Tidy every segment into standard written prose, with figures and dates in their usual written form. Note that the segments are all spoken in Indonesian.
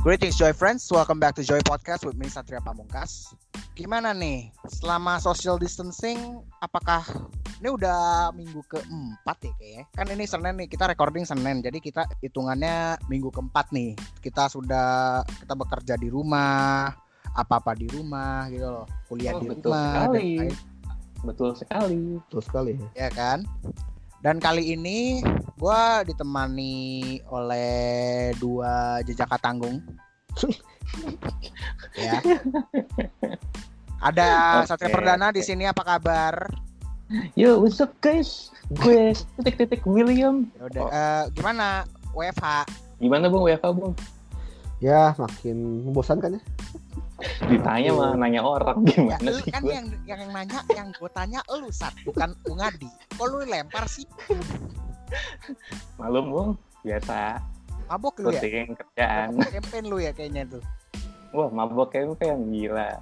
Greetings Joy Friends, welcome back to Joy Podcast with me Satria Pamungkas. Gimana nih, selama social distancing, apakah ini udah minggu keempat ya kayaknya? Kan ini Senin nih, kita recording Senin, jadi kita hitungannya minggu keempat nih. Kita bekerja di rumah, apa-apa di rumah gitu loh, kuliah di betul rumah. Betul sekali. Ya kan? Dan kali ini gue ditemani oleh dua jejaka tanggung. Ya. Ada Satria Perdana di sini, apa kabar? Yo, what's up guys? Gue William. Yaudah, gimana WFH? Gimana Bang WFH Bang? Ya, makin membosankan ya. Ditanya mah nanya orang gimana ya, sih kan gue? yang nanya, yang gue tanya lu Sat, bukan Bung Adi. Kok lu lempar sih? Malum Bang, biasa. Mabok lu ya? Pusing kerjaan. Campaign lu ya kayaknya tuh. Wah, mabok campaign gila.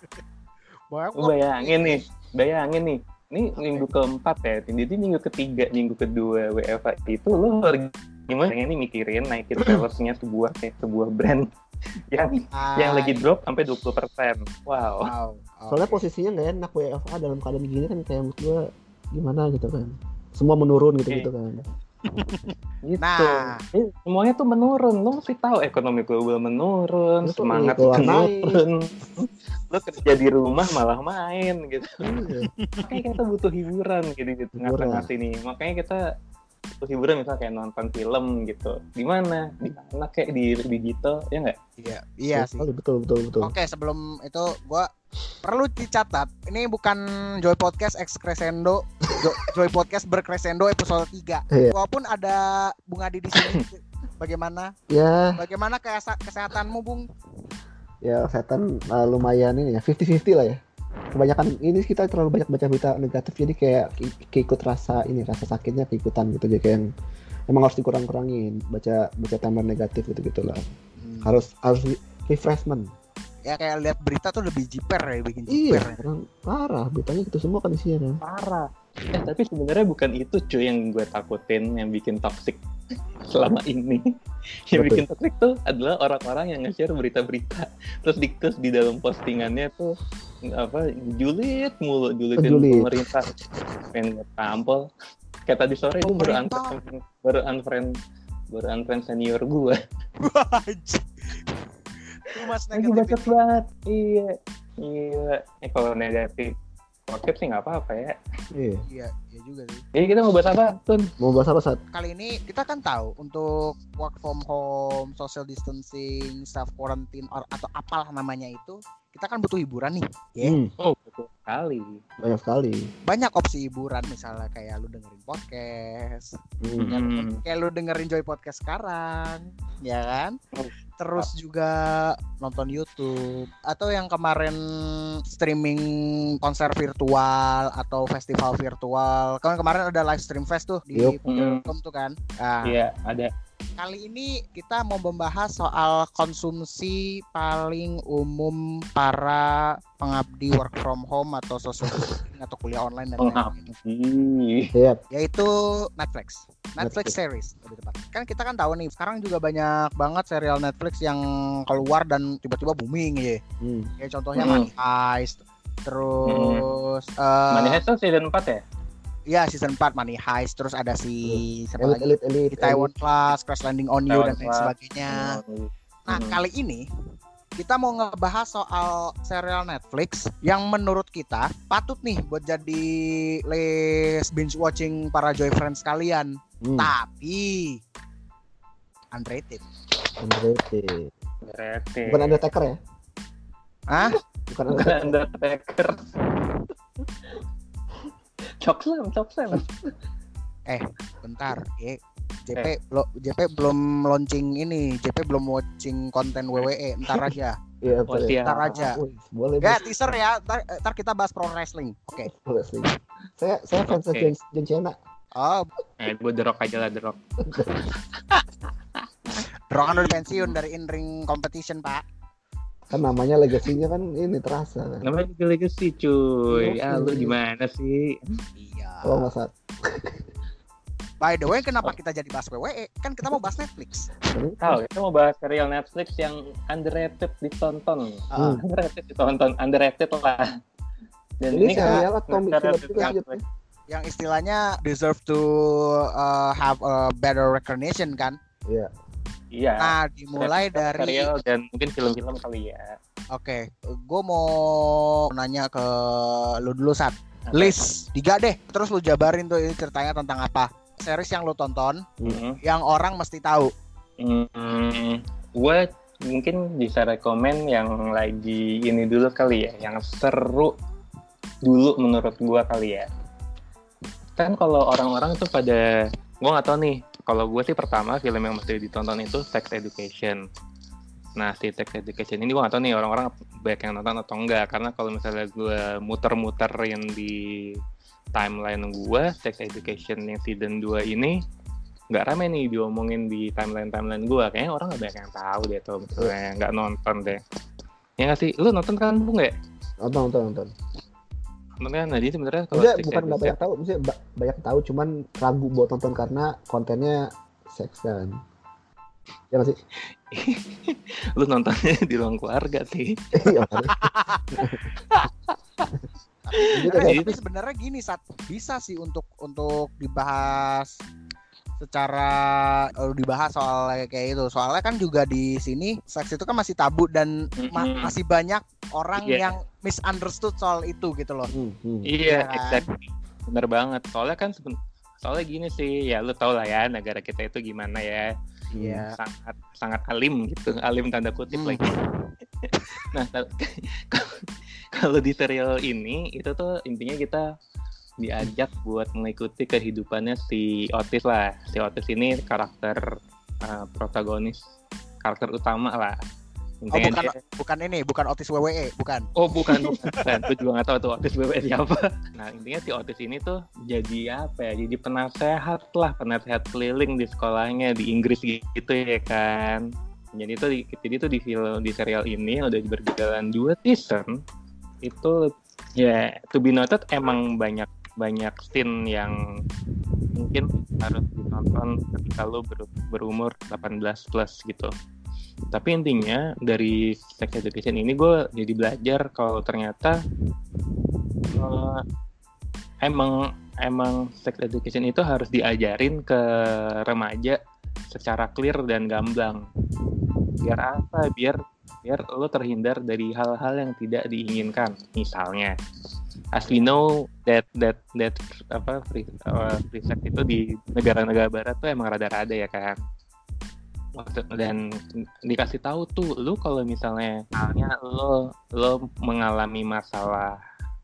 Lu Bayangin nih. Ini minggu keempat ya, jadi minggu ketiga, minggu kedua WFH itu lo gimana ini mikirin naikin followersnya sebuah brand yang lagi drop sampai 20%. Wow. Soalnya posisinya nggak enak WFA dalam keadaan gini kan, kayak menurut gue gimana gitu kan. Semua menurun gitu kan. Gitu. Nah, semuanya tuh menurun. Lo mesti tahu ekonomi global menurun, Betul, semangat menurun. Lo kerja di rumah malah main gitu. Makanya kita butuh hiburan gitu. Ngasih nih. Makanya kita butuh hiburan, misalnya kayak nonton film gitu. Di mana kayak di digital, ya nggak? Iya sih. Betul. Oke, sebelum itu gue perlu dicatat, ini bukan Joy Podcast X Crescendo, Joy Podcast bercrescendo episode 3. Iya. Walaupun ada Bung Adi di sini, bagaimana? Ya. Bagaimana kesehatanmu, Bung? Ya, kesehatan lumayan ini ya, 50-50 lah ya. Kebanyakan ini kita terlalu banyak baca berita negatif, jadi kayak keikut rasa sakitnya keikutan gitu, jadi kayak yang emang harus dikurang-kurangin baca tambahan negatif gitu-gitulah. Harus refreshment. Ya kayak lihat berita tuh lebih jiper ya, bikin Iya, jiper. orang parah beritanya gitu semua kan isinya kan. Parah. Tapi sebenarnya bukan itu cuy yang gue takutin yang bikin toxic selama ini. Yang bikin toxic tuh adalah orang-orang yang nge-share berita-berita terus di dalam postingannya tuh julitin pemerintah, pengen tampol. Kayak tadi sore gue baru unfriend senior gue. Mas lagi bacot banget. Iya. Kalau negatif positif sih nggak apa-apa ya. Iya juga sih. Jadi kita mau bahas apa, Tun? Mau bahas apa saat? Kali ini kita kan tahu untuk work from home, social distancing, self quarantine atau apalah namanya itu, kita kan butuh hiburan nih, ya. Oh, betul sekali. Banyak sekali. Banyak opsi hiburan, misalnya kayak lu dengerin podcast, kayak lu dengerin Joy Podcast sekarang, ya kan? Terus juga nonton YouTube, atau yang kemarin streaming konser virtual atau festival virtual. Kan kemarin ada live stream fest tuh di Film tuh kan. Nah, iya, ada. Kali ini kita mau membahas soal konsumsi paling umum para pengabdi work from home atau social distancing atau kuliah online dan lain-lain. Yaitu Netflix series lebih tepat. Kan kita kan tahu nih, sekarang juga banyak banget serial Netflix yang keluar dan tiba-tiba booming ya. Kayak contohnya Money Heist. Terus Money Heist tuh season 4 ya? Iya, season 4 Money Heist. Terus ada Elite, di Taiwan Class, Crash Landing on You dan lain sebagainya. Nah, kali ini kita mau ngebahas soal serial Netflix yang menurut kita patut nih buat jadi list binge watching para Joy Friends kalian. Tapi underrated. Bukan Undertaker ya? Hah? Bukan Undertaker. Cokslam. Bentar. JP belum launching ini. JP belum watching konten WWE. Ntar aja. Iya, ntar aja. Boleh. Ya, teaser ya. Ntar kita bahas pro wrestling. Oke. Wrestling. Saya fans John Cena. Oh. Gue The Rock aja lah, The Rock. The Rock kan udah pensiun dari in-ring competition, Pak. Kan namanya legasinya kan ini terasa kan. Namanya juga legacy cuy. Lu gimana sih? Iya. Oh, masa. By the way, kenapa kita jadi bahas WWE? Kan kita mau bahas Netflix. Tahu, kita mau bahas serial Netflix yang underrated ditonton. Underrated lah. Dan ini serial atau film juga yang istilahnya deserve to have a better recognition kan? Iya. Iya. Nah, dimulai dari serial dan mungkin film-film kali ya. Oke, gue mau nanya ke lu dulu Sat. List 3 deh, terus lu jabarin tuh ini ceritanya tentang apa. Series yang lu tonton, yang orang mesti tahu. Gue mungkin bisa rekomen yang lagi ini dulu kali ya, yang seru dulu menurut gue kali ya. Kan kalau orang-orang tuh pada, gue nggak tahu nih. Kalau gue sih pertama film yang mesti ditonton itu Sex Education. Nah si Sex Education ini gue nggak tahu nih orang-orang banyak yang nonton atau enggak. Karena kalau misalnya gue muter-muterin di timeline gue, Sex Education yang season 2 ini nggak rame nih diomongin di timeline gue. Kayaknya orang nggak banyak yang tahu deh atau misalnya nggak nonton deh. Ya nggak sih? Lu nonton kan Bung nggak? Nonton. Nah jadi sebenarnya kalau bukan nggak banyak tahu, maksudnya banyak tahu, cuman ragu buat nonton karena kontennya seks kan. Ya nggak sih? Lu nontonnya di ruang keluarga sih. Tapi sebenarnya gini Sat, bisa sih untuk dibahas secara dibahas soal kayak itu. Soalnya kan juga di sini seks itu kan masih tabu dan masih banyak orang yang misunderstood soal itu gitu loh. Iya, kan? Exactly. Bener banget. Soalnya kan soalnya gini sih, ya lu tau lah ya negara kita itu gimana ya. Iya. Sangat alim gitu, alim tanda kutip lagi. Nah, kalau di serial ini itu tuh intinya kita diajak buat mengikuti kehidupannya si Otis lah. Si Otis ini karakter protagonis, karakter utama lah. Intinya bukan Otis WWE, bukan. Oh, bukan. Gue juga nggak tahu tuh Otis WWE siapa. Nah, intinya si Otis ini tuh jadi apa ya? Jadi penasehat keliling di sekolahnya di Inggris gitu ya kan. Jadi tuh di serial ini udah berjalan 2 season. Itu ya to be noted emang banyak scene yang mungkin harus ditonton ketika lo berumur 18 plus gitu. Tapi intinya dari Sex Education ini gue jadi belajar kalau ternyata emang Sex Education itu harus diajarin ke remaja secara clear dan gamblang. Biar apa? Biar lo terhindar dari hal-hal yang tidak diinginkan. Misalnya, as we know that free sex itu di negara-negara barat tuh emang rada-rada ya kan. Dan dikasih tahu tuh, lu kalau misalnya lo mengalami masalah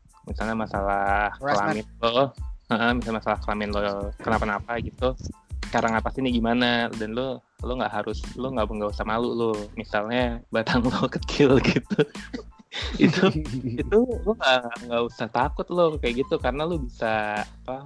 kelamin lo, misalnya masalah kelamin lo kenapa-napa gitu, cara ngatasinnya gimana, dan lo nggak usah malu lo, misalnya batang lo kecil gitu. itu lo nggak usah takut lo kayak gitu, karena lo bisa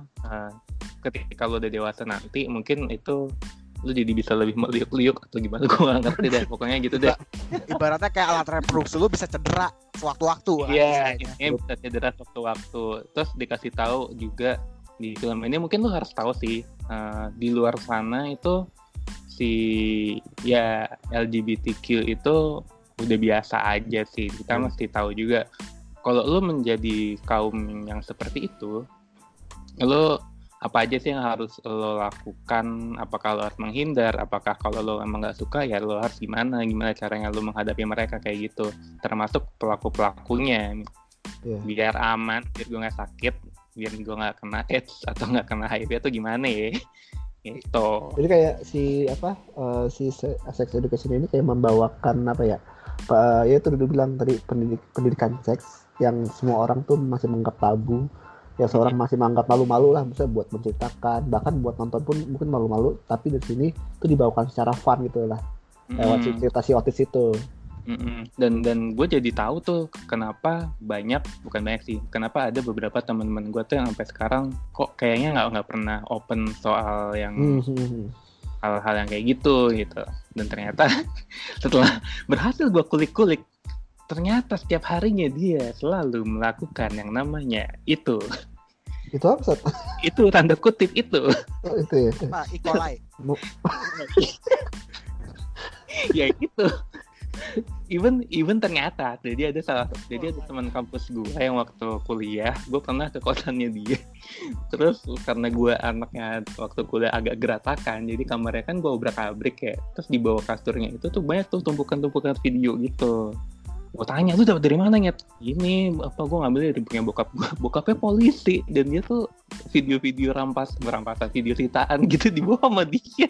ketika lo udah dewasa nanti mungkin itu lu jadi bisa lebih meliuk-liuk atau gimana, gue gak ngerti deh, pokoknya gitu deh. Ibaratnya kayak alat reproduksi lu bisa cedera sewaktu-waktu. Iya, ini bisa cedera sewaktu-waktu. Terus dikasih tahu juga di film ini, mungkin lu harus tahu sih, di luar sana itu si ya LGBTQ itu udah biasa aja sih. Kita mesti tahu juga kalau lu menjadi kaum yang seperti itu, lu apa aja sih yang harus lo lakukan? Apakah lo harus menghindar? Apakah kalau lo emang nggak suka ya lo harus gimana caranya lo menghadapi mereka kayak gitu? Termasuk pelakunya, biar aman, biar gue nggak sakit, biar gue nggak kena AIDS atau nggak kena HIV atau gimana ya? Itu. Jadi kayak si Sex Education ini kayak membawakan apa ya? Ya itu udah bilang tadi pendidikan seks yang semua orang tuh masih menganggap tabu. Ya seorang masih menganggap malu-malu lah, misalnya buat menceritakan, bahkan buat nonton pun mungkin malu-malu, tapi di sini tuh dibawakan secara fun gitu lah, lewat cerita si Otis itu. Dan gue jadi tahu tuh kenapa kenapa ada beberapa teman-teman gue tuh yang sampai sekarang kok kayaknya nggak pernah open soal yang hal-hal yang kayak gitu. Dan ternyata setelah berhasil gue kulik-kulik, ternyata setiap harinya dia selalu melakukan yang namanya itu. Itu apa, Sat? Itu tanda kutip itu. Oh, itu ya. Pak E. coli. Ya gitu. Even ternyata jadi ada teman kampus gue yang waktu kuliah gue pernah ke kosannya dia. Terus karena gue anaknya waktu kuliah agak geratakan, jadi kamarnya kan gue obrak-abrik ya. Terus di bawah kasurnya itu tuh banyak tuh tumpukan video gitu. Gue tanya, lu dapat dari mana, Nyet? Ini apa, gue ngambil dari punya bokap gue. Bokapnya polisi, dan dia tuh video-video berampasan video sitaan gitu dibawa sama dia.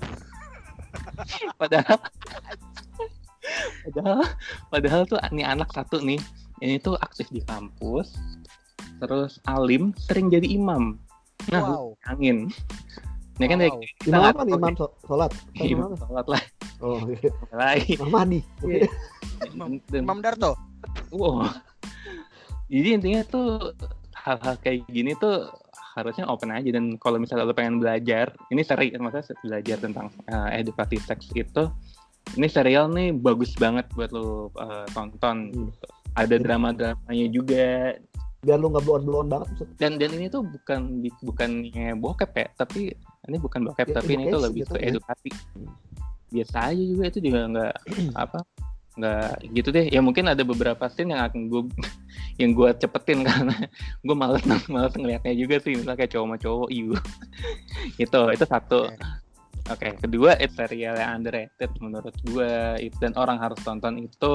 Padahal tuh ini anak satu nih, ini tuh aktif di kampus, terus alim, sering jadi imam. Nah, angin. Ini kan imam apa nih? Imam sholat? Imam sholat lah. Oh, iya. Imam Mahdi. Imam Darto. Wow. Jadi intinya tuh hal-hal kayak gini tuh harusnya open aja, dan kalau misalnya lo pengen belajar, ini maksudnya belajar tentang edukasi seks itu, ini serial nih bagus banget buat lo tonton. Ada drama-dramanya juga. Biar lo nggak blow-on banget. Dan ini tuh bukannya bokep ya, tapi ini bukan bokep, tapi ini tuh lebih ke edukasi. Biasa aja juga, itu juga nggak gitu deh. Ya mungkin ada beberapa scene yang akan gue cepetin karena gue malas ngelihatnya juga sih, misalnya kayak cowok sama cowok itu satu. Oke, kedua, itu serial yang underrated menurut gue, dan orang harus tonton itu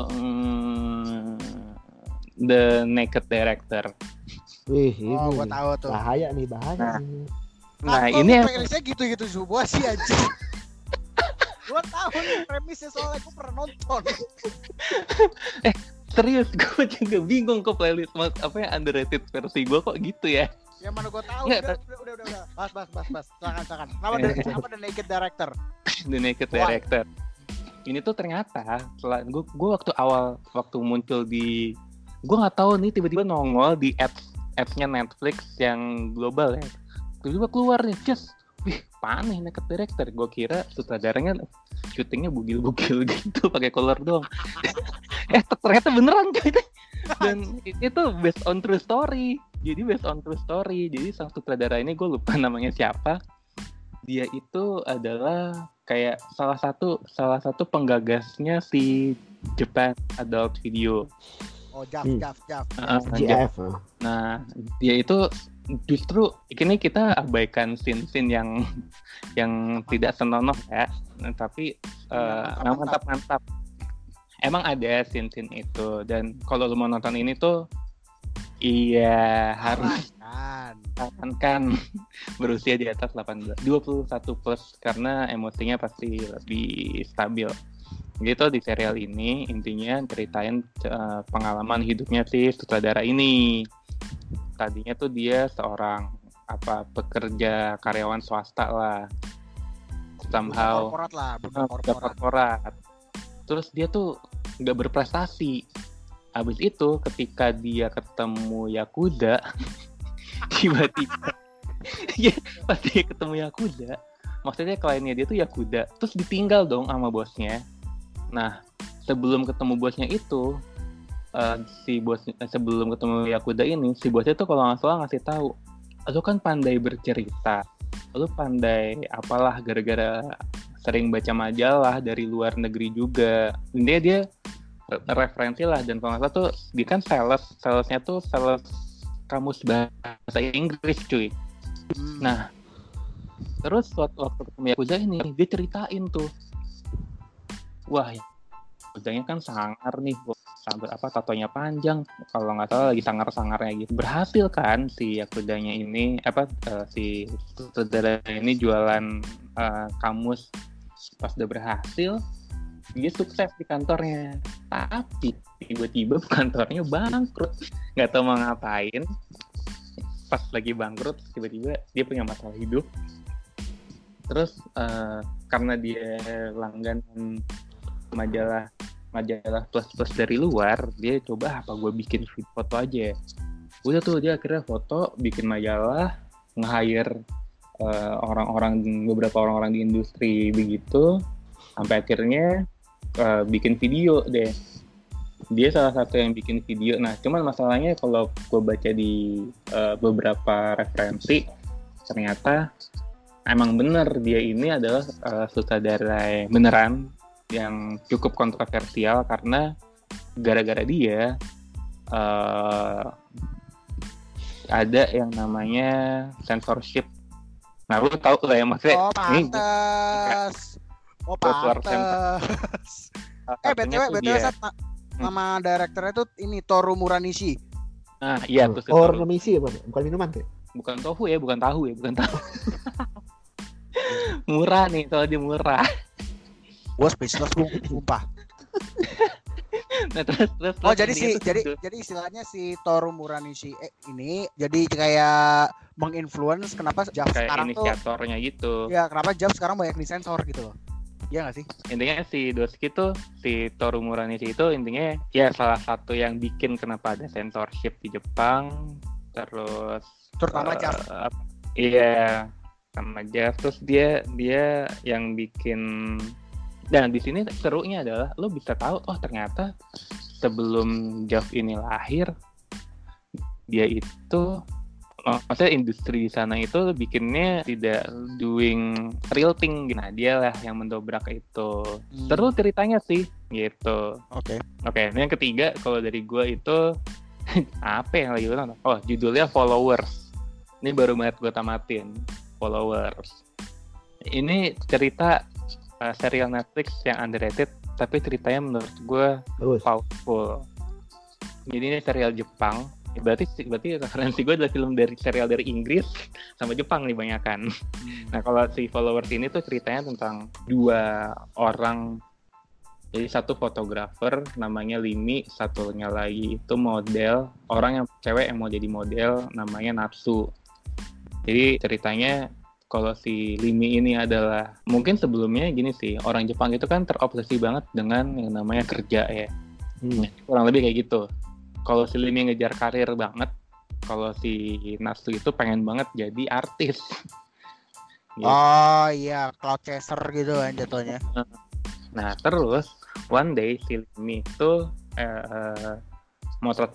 The Naked Director. Wih, ini gue tahu tuh. Bahaya nih. Nah ini premisnya gitu semua sih aja. Gue tahu nih premisnya, soalnya gue pernah nonton. Serius, gue juga bingung kok playlist apa ya underrated versi gue kok gitu ya. Yang mana gue tahu. Udah. Bas. Silakan. Apa The Naked Director? The Naked Director. Ini tuh ternyata setelah gue waktu muncul di, gue nggak tahu nih, tiba-tiba nongol di apps-nya Netflix yang global ya. Tiba-tiba keluar nih, wih, apaan nih Naked Director? Gue kira sutradaranya syutingnya bugil-bugil gitu, pakai color doang. Ternyata beneran coy. Dan itu based on true story. Jadi sang sutradara ini, gue lupa namanya siapa. Dia itu adalah kayak salah satu penggagasnya si Japan Adult Video. Oh, JAV. JF. Nah, dia itu justru ini kita abaikan scene-scene yang tidak senonoh ya. Tapi mantap. Emang ada scene-scene itu, dan kalau lu mau nonton ini tuh harus kan berusia di atas 21 plus, karena emosinya pasti lebih stabil. Gitu di serial ini intinya ceritain pengalaman hidupnya si sutradara ini. Tadinya tuh dia seorang pekerja karyawan swasta lah. Somehow korporat. Terus dia tuh nggak berprestasi. Abis itu ketika dia ketemu Yakuza, tiba-tiba pas dia ketemu Yakuza, maksudnya kliennya dia tuh Yakuza, terus ditinggal dong sama bosnya. Nah, sebelum ketemu bosnya itu, sebelum ketemu Yakuza ini, si bosnya tuh kalau nggak salah ngasih tahu, lu kan pandai bercerita, lu pandai apalah, gara-gara sering baca majalah dari luar negeri juga. Intinya dia referensi lah, dan kalau nggak salah tuh dia kan salesnya tuh sales kamus bahasa Inggris cuy. Nah, terus waktu ketemu Yakuza ini, dia ceritain tuh, wah, Yakuzanya kan sangar nih, tatonya panjang, kalau nggak salah lagi sangar-sangarnya gitu. Berhasil kan si Yakuzanya ini, si saudara ini jualan kamus. Pas udah berhasil, dia sukses di kantornya. Tapi tiba-tiba kantornya bangkrut, nggak tahu mau ngapain. Pas lagi bangkrut, tiba-tiba dia punya masalah hidup. Terus karena dia langganan majalah plus dari luar, dia coba gue bikin foto aja. Udah tuh dia akhirnya foto, bikin majalah, nge-hire beberapa orang-orang di industri begitu, sampai akhirnya bikin video deh. Dia salah satu yang bikin video. Nah, cuman masalahnya kalau gue baca di beberapa referensi, ternyata emang bener dia ini adalah sutradara beneran yang cukup kontroversial karena gara-gara dia ada yang namanya censorship. Nah, lu tahu lah ya maksudnya. Oh, pantes. BTW nama direkturnya tuh ini Toru Muranishi. Nah, iya tuh. Muranishi ya, bukan minuman tuh. Bukan tahu ya. Murah nih, kalau dia murah. Gua speechless lu, sumpah. Nah, terus oh jadi istilahnya si Toru Muranishi ini jadi kayak menginfluence kenapa Jav kayak sekarang tuh inisiatornya gitu. Ya, kenapa Jav sekarang banyak disensor gitu loh. Iya nggak sih? Intinya si Doski tuh, si Toru Muranishi itu intinya ya salah satu yang bikin kenapa ada censorship di Jepang. Terutama Jav. Iya, sama Jav. Terus dia yang bikin. Dan di sini serunya adalah lo bisa tahu, oh ternyata sebelum Jav ini lahir, dia itu maksudnya industri di sana itu bikinnya tidak doing real thing. Nah, dia lah yang mendobrak itu. Terus ceritanya sih gitu. Oke, ini yang ketiga kalau dari gue itu apa yang lagi nonton? Oh, judulnya Followers. Ini baru banget gue tamatin. Followers. Ini cerita serial Netflix yang underrated, tapi ceritanya menurut gue powerful. Jadi ini serial Jepang. Berarti referensi gue adalah film dari serial dari Inggris sama Jepang nih banyakan. Nah, kalau si Followers ini tuh ceritanya tentang dua orang. Jadi satu fotografer namanya Limi, satunya lagi itu model, orang yang cewek yang mau jadi model namanya Natsu. Jadi ceritanya kalau si Limi ini adalah, mungkin sebelumnya gini sih, orang Jepang itu kan terobsesi banget dengan yang namanya kerja ya. Kurang lebih kayak gitu. Kalau si Limi ngejar karir banget, kalau si Natsu itu pengen banget jadi artis. Gitu. Oh iya, cloud chaser gitu kan jatuhnya. Nah terus, one day si Limi itu motret,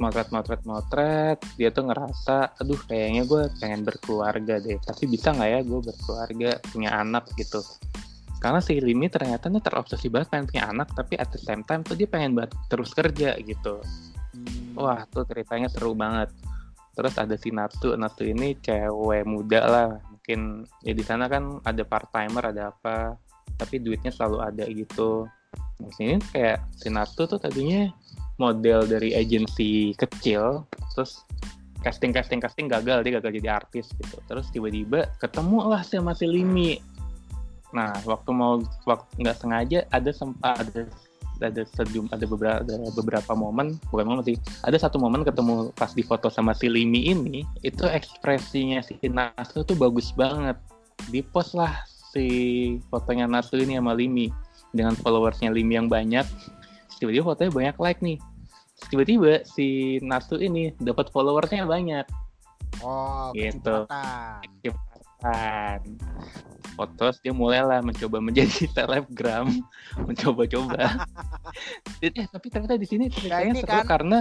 dia tuh ngerasa, aduh kayaknya gue pengen berkeluarga deh, tapi bisa nggak ya gue berkeluarga, punya anak gitu. Karena si Limi ternyata nih terobsesi banget pengen punya anak, tapi at the same time tuh dia pengen banget terus kerja gitu. Wah tuh ceritanya seru banget. Terus ada si Natsu ini cewek muda lah, mungkin ya di sana kan ada part timer ada apa, tapi duitnya selalu ada gitu. Di sini kayak si Natsu tuh tadinya model dari agensi kecil, terus casting gagal, dia gagal jadi artis gitu. Terus tiba-tiba ketemu lah sama si Limi. Nah, waktu nggak sengaja ada beberapa momen, bukan momen sih, ada satu momen ketemu pas di foto sama si Limi ini, itu ekspresinya si Natsu tuh bagus banget. Di post lah si fotonya Natsu ini sama Limi dengan followersnya Limi yang banyak. Tiba-tiba fotonya banyak like nih. Tiba-tiba si Natsu ini dapat followersnya banyak. Oh, gitu. Kecepatan. Terus dia mulailah mencoba menjadi selebgram, mencoba-coba. Tapi ternyata di sini ceritanya seru kan, karena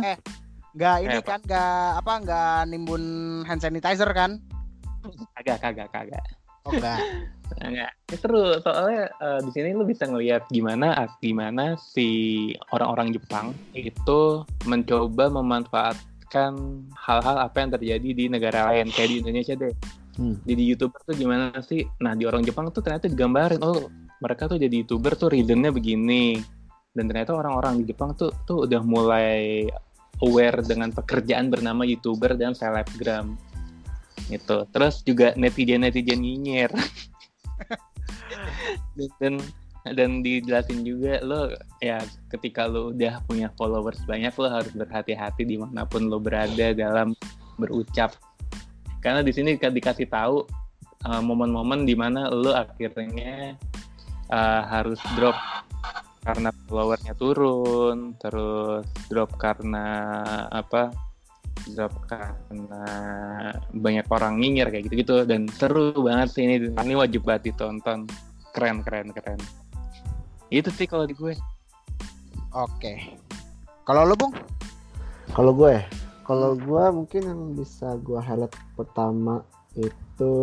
nggak nimbun hand sanitizer kan? Kagak. Oh enggak. Enggak. Seru soalnya di sini lu bisa ngelihat gimana si orang-orang Jepang itu mencoba memanfaatkan hal-hal apa yang terjadi di negara lain kayak di Indonesia deh. Jadi YouTuber tuh gimana sih? Nah, di orang Jepang tuh ternyata digambarin, oh mereka tuh jadi YouTuber tuh reasonnya begini. Dan ternyata orang-orang di Jepang tuh udah mulai aware dengan pekerjaan bernama YouTuber dan selebgram. Gitu. Terus juga netizen nyinyir. dan dijelasin juga, lo ya ketika lo udah punya followers banyak, lo harus berhati-hati dimanapun lo berada dalam berucap. Karena di sini dikasih tahu momen-momen di mana lo akhirnya harus drop karena followersnya turun, terus drop karena banyak orang nyinyir kayak gitu-gitu. Dan seru banget sih ini wajib banget ditonton. Keren. Itu sih kalau di gue. Oke. Kalau lu, Bung? Kalau gue mungkin yang bisa gue highlight pertama itu,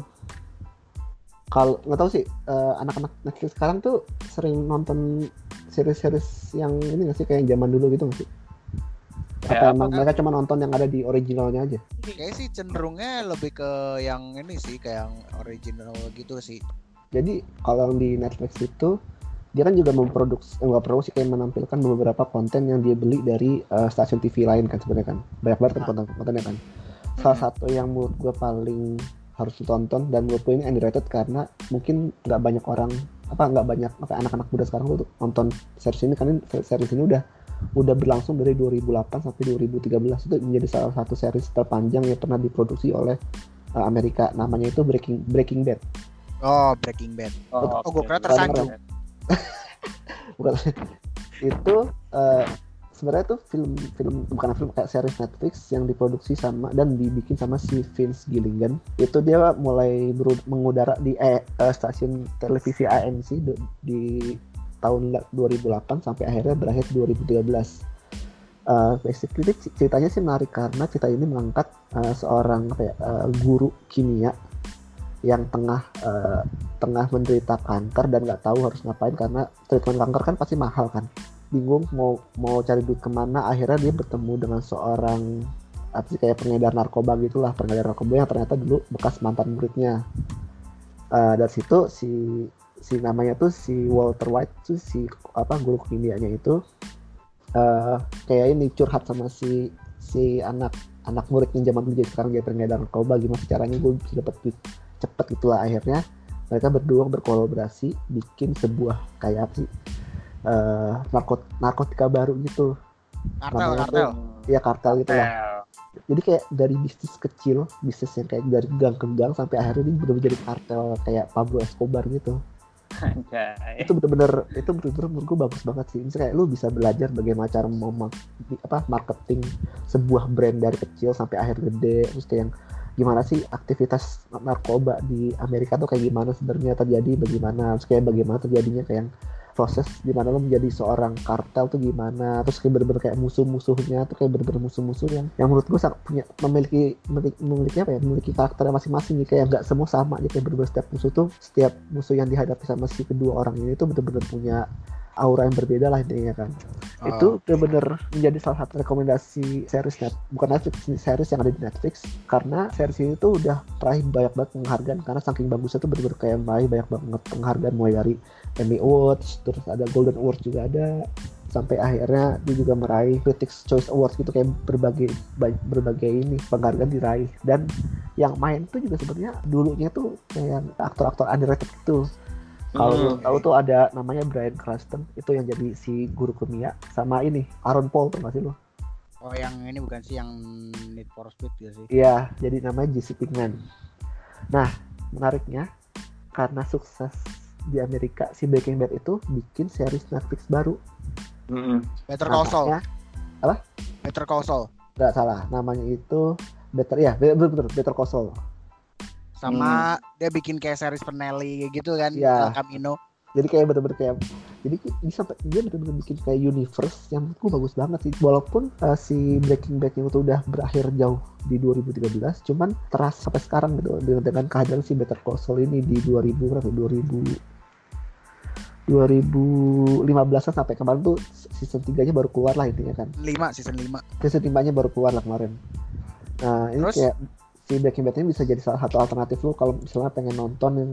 kalau nggak tahu sih, anak-anak Netflix sekarang tuh sering nonton series-series yang ini nggak sih, kayak yang zaman dulu gitu nggak sih? Apa emang mereka cuma nonton yang ada di originalnya aja? Kayaknya sih cenderungnya lebih ke yang ini sih, kayak yang original gitu sih. Jadi kalau di Netflix itu dia kan juga memproduksi kayak menampilkan beberapa konten yang dia beli dari stasiun TV lain kan sebenarnya kan. Banyak banget kan konten-kontennya kan. Salah satu yang menurut gue paling harus ditonton dan menurut gue ini underrated karena mungkin nggak banyak anak-anak muda sekarang tuh nonton series ini, karena series ini udah berlangsung dari 2008 sampai 2013. Itu menjadi salah satu series terpanjang yang pernah diproduksi oleh Amerika. Namanya itu Breaking Bad. Oh, Breaking Bad. Gue kira tersanjung. Bukan. Itu sebenarnya tuh film bukan film, kayak series Netflix yang diproduksi dan dibikin sama si Vince Gilligan. Itu dia mulai mengudara di stasiun televisi AMC di tahun 2008 sampai akhirnya berakhir 2013. Basically ceritanya sih menarik karena cerita ini mengangkat seorang guru kimia yang tengah menderita kanker dan nggak tahu harus ngapain, karena treatment kanker kan pasti mahal kan, bingung mau cari duit kemana. Akhirnya dia bertemu dengan seorang kayak pengedar narkoba yang ternyata dulu bekas mantan muridnya. Dari situ si namanya tuh si Walter White tuh, si guru kimianya itu kayak ini curhat sama si anak muridnya zaman dulu, jadi sekarang dia pengedar narkoba, gimana caranya gue bisa dapat duit cepet gitulah. Akhirnya mereka berdua berkolaborasi bikin sebuah kayak narkotika baru gitu. Kartel. Iya, kartel gitu lah. Jadi kayak dari bisnis kecil, bisnis yang kayak dari gang ke gang, sampai akhirnya ini benar-benar jadi kartel kayak Pablo Escobar gitu. Itu bener-bener menurut gue bagus banget sih. Misalnya kayak lu bisa belajar bagaimana cara marketing sebuah brand dari kecil sampai akhir gede. Terus kayak yang gimana sih aktivitas narkoba di Amerika tuh kayak gimana sebenarnya terjadi, bagaimana terjadinya kayak yang proses gimana lo menjadi seorang kartel tuh gimana. Terus kayak bener-bener kayak musuh-musuhnya tuh kayak bener-bener musuh-musuh yang menurut gue memiliki karakter masing-masing nih, kayak nggak semua sama. Jadi kayak bener-bener setiap musuh yang dihadapi sama si kedua orang ini tuh bener-bener punya aura yang berbeda lah intinya kan. Itu benar-benar menjadi salah satu rekomendasi series series yang ada di Netflix, karena series ini tuh udah meraih banyak banget penghargaan, karena saking bagusnya tuh benar-benar kayak meraih banyak banget penghargaan, mulai dari Emmy Awards, terus ada Golden Awards juga ada, sampai akhirnya dia juga meraih Critics' Choice Awards gitu, kayak berbagai ini penghargaan diraih. Dan yang main tuh juga sebenarnya dulunya tuh kayak aktor-aktor underrated gitu. Kalau tahu tuh ada namanya Bryan Cranston, itu yang jadi si guru kimia, sama ini Aaron Paul, tuh nggak sih lo? Oh, yang ini bukan sih yang Need for Speed gitu sih? Iya, jadi namanya Jesse Pinkman. Nah, menariknya karena sukses di Amerika, si Breaking Bad itu bikin series Netflix baru. Better Call Saul. Apa? Better Call Saul. Nggak salah, namanya itu Better Call Saul. Sama dia bikin kayak series Penelli gitu kan, El Camino. Jadi kayak bener-bener kayak, jadi dia bener-bener bikin kayak universe yang menurutku bagus banget sih. Walaupun si Breaking Bad itu udah berakhir jauh di 2013, cuman terasa sampai sekarang gitu dengan kehadiran si Better Call Saul ini di 2015 sampai kemarin tuh season 3-nya baru keluar lah intinya kan. Season 5. Season 5-nya baru keluar lah kemarin. Nah, ini terus, kayak si Breaking Bad ini bisa jadi salah satu alternatif lo kalau misalnya pengen nonton yang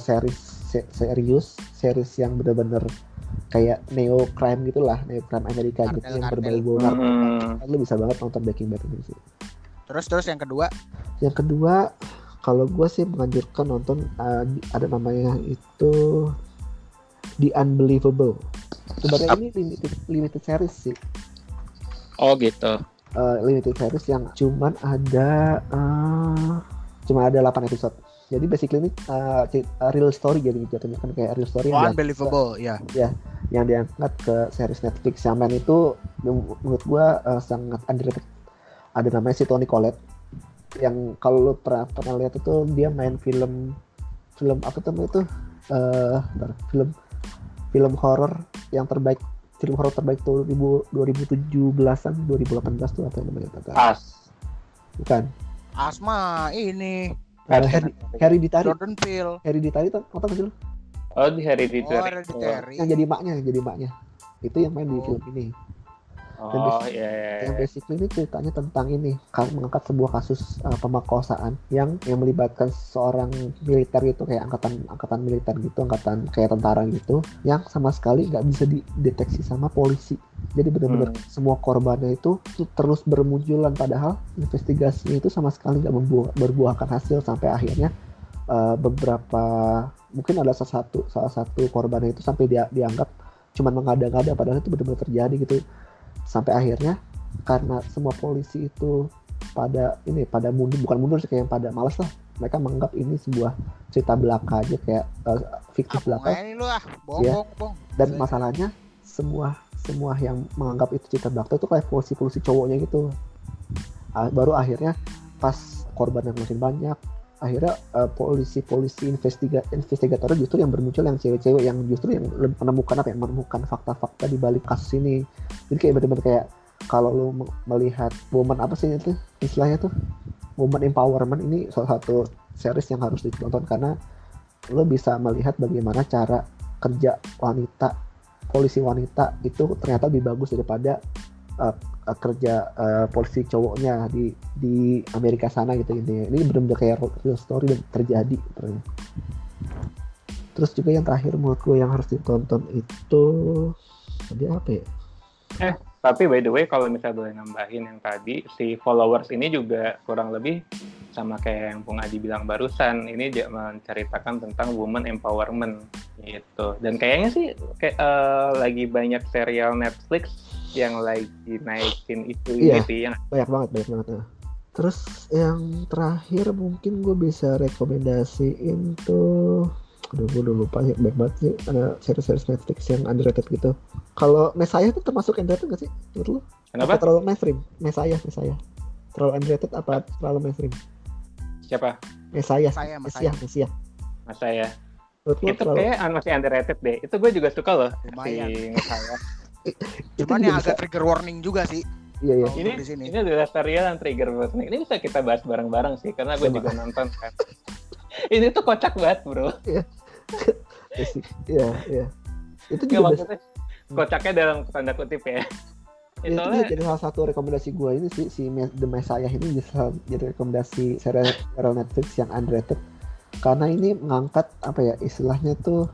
series yang benar-benar kayak neo crime gitulah, neo crime Amerika gitu yang berbau-bau narkoba. Lo bisa banget nonton Breaking Bad ini sih. Terus yang kedua? Yang kedua, kalau gue sih menganjurkan nonton ada namanya itu The Unbelievable. Sebenarnya ini limited series sih. Oh gitu. Limited series yang cuma ada 8 episode. Jadi basically ini real story, jadi jatuhnya kan kayak real story. Unbelievable, ya. Ya, yang diangkat ke series Netflix. Yang main itu menurut gua sangat underrated. Ada namanya si Toni Collette, yang kalau lu pernah lihat itu dia main film apa namanya itu film horor yang terbaik film horor terbaik tuh 2017-an 2018 tuh apa namanya? As. Bukan. Asma ini Hereditary. Jordan Peele. Hereditary tuh apa sih lu? Oh, di Hereditary. Hereditary. Yang jadi maknya. Itu yang main di film ini. Oh iya. Yang basically ini ceritanya tentang ini mengangkat sebuah kasus pemerkosaan yang melibatkan seorang militer gitu, kayak angkatan militer gitu, angkatan kayak tentara gitu, yang sama sekali nggak bisa dideteksi sama polisi. Jadi benar-benar semua korbannya itu terus bermunculan, padahal investigasinya itu sama sekali nggak berbuahkan hasil, sampai akhirnya beberapa mungkin ada salah satu korbannya itu sampai dianggap cuma mengada-ngada, padahal itu benar-benar terjadi gitu. Sampai akhirnya karena semua polisi itu pada bukan mundur sih, kayak pada malas lah, mereka menganggap ini sebuah cerita belaka aja, kayak fiktif belaka ya. Dan masalahnya semua yang menganggap itu cerita belaka itu kayak polisi cowoknya gitu. Baru akhirnya pas korban yang makin banyak, akhirnya polisi investigator justru yang bermuncul, yang cewek-cewek yang justru yang menemukan fakta-fakta di balik kasus ini. Jadi kayak benar-benar kayak kalau lu melihat woman apa sih itu istilahnya tuh, woman empowerment, ini salah satu series yang harus ditonton karena lu bisa melihat bagaimana cara kerja polisi wanita itu ternyata lebih bagus daripada kerja polisi cowoknya di Amerika sana gitu intinya. Ini benar-benar kayak real story dan terjadi ternyata. Terus juga yang terakhir menurut gue yang harus ditonton itu tadi apa ya? Tapi by the way kalau misalnya boleh nambahin yang tadi, si Followers ini juga kurang lebih sama kayak yang Bung Adi bilang barusan. Ini dia menceritakan tentang woman empowerment gitu. Dan kayaknya sih kayak lagi banyak serial Netflix yang lagi naikin itu gitu ya. Banyak banget. Terus yang terakhir mungkin gue bisa rekomendasiin tuh, gue udah lupa ya, banyak banget sih series Netflix yang underrated gitu. Kalau Messiah itu termasuk underrated nggak sih menurut lu? Kenapa? Apa terlalu mainstream? Messiah terlalu underrated apa terlalu mainstream? Siapa? Messiah. Menurut lu itu kayak masih underrated deh. Itu gue juga suka loh. Lumayan. Si Messiah. Cuman yang agak trigger warning juga sih. Iya. Ini adalah serial yang trigger warning. Ini bisa kita bahas bareng-bareng sih, karena gue juga nonton kan. Ini tuh kocak banget, bro. Iya. Itu juga maksudnya kocaknya dalam tanda kutip ya. Itu jadi salah satu rekomendasi gue ini sih, si The Messiah ini jadi rekomendasi serial Netflix yang underrated. Karena ini mengangkat apa ya istilahnya tuh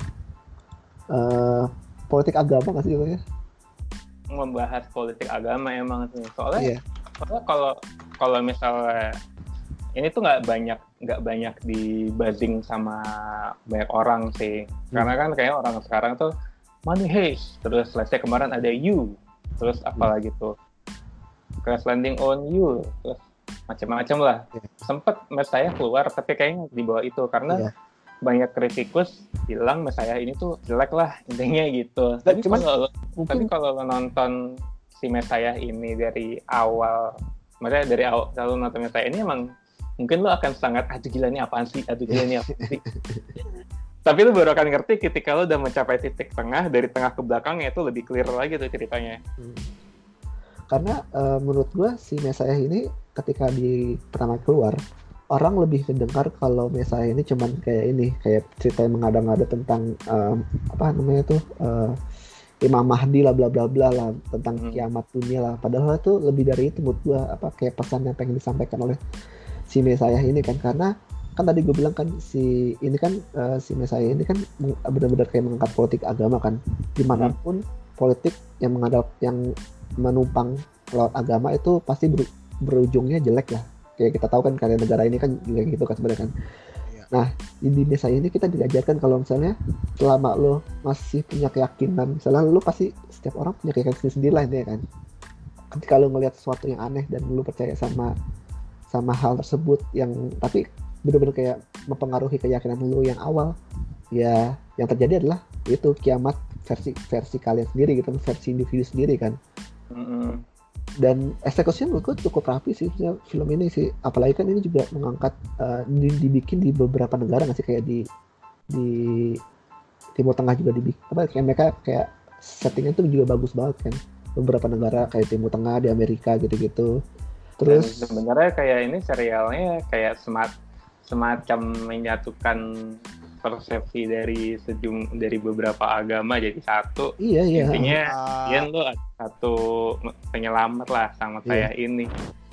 politik agama nggak sih itu ya? Membahas politik agama emang sih. Soalnya kalau misalnya ini tuh nggak banyak di-buzzing sama banyak orang sih. Karena kan kayak orang sekarang tuh money heist, terus let's say kemarin ada You, terus apalagi tuh Crash Landing on You, terus macam-macam lah. Sempet Messiah keluar tapi kayaknya di bawah itu karena banyak kritikus bilang Messiah ini tuh jelek lah intinya gitu. Tapi kalau lo nonton si Messiah ini dari awal, maksudnya dari awal kalau nonton Messiah ini emang mungkin lo akan sangat aduh gila ini apaan sih. Tapi lo baru akan ngerti ketika lo udah mencapai titik tengah, dari tengah ke belakangnya itu lebih clear lagi tuh ceritanya. Karena menurut gue si Messiah ini ketika pertama keluar, orang lebih mendengar kalau Messiah ini cuman kayak cerita yang mengada-ngada tentang apa namanya tuh Imam Mahdi lah bla bla bla lah, tentang kiamat dunia lah. Padahal itu lebih dari itu menurut gue, kayak pesan yang pengen disampaikan oleh si Messiah ini kan. Karena kan tadi gue bilang kan si Messiah ini kan benar-benar kayak mengangkat politik agama kan, dimanapun politik yang menumpang lewat agama itu pasti berujungnya jelek lah. Kayak kita tahu kan karya negara ini kan juga gitu kan sebenarnya kan. Nah di Messiah ini kita diajarkan kalau misalnya selama lo masih punya keyakinan, misalnya lo pasti setiap orang punya keyakinan sendiri lah intinya kan. Ketika lo ngelihat sesuatu yang aneh dan lo percaya sama hal tersebut yang tapi benar-benar kayak mempengaruhi keyakinan lo yang awal, ya yang terjadi adalah itu kiamat versi kalian sendiri gitu, versi individu sendiri kan. Dan eksekusinya menurut gue cukup rapi sih film ini sih, apalagi kan ini juga mengangkat dibikin di beberapa negara nggak sih, kayak di Timur Tengah juga dibikin kayak mereka kayak settingnya tuh juga bagus banget kan. Beberapa negara kayak Timur Tengah di Amerika gitu-gitu. Terus dan sebenarnya kayak ini serialnya kayak semacam menyatukan persepsi dari beberapa agama jadi satu. iya. Intinya Ian lo ada satu penyelamat lah sama kayak ini.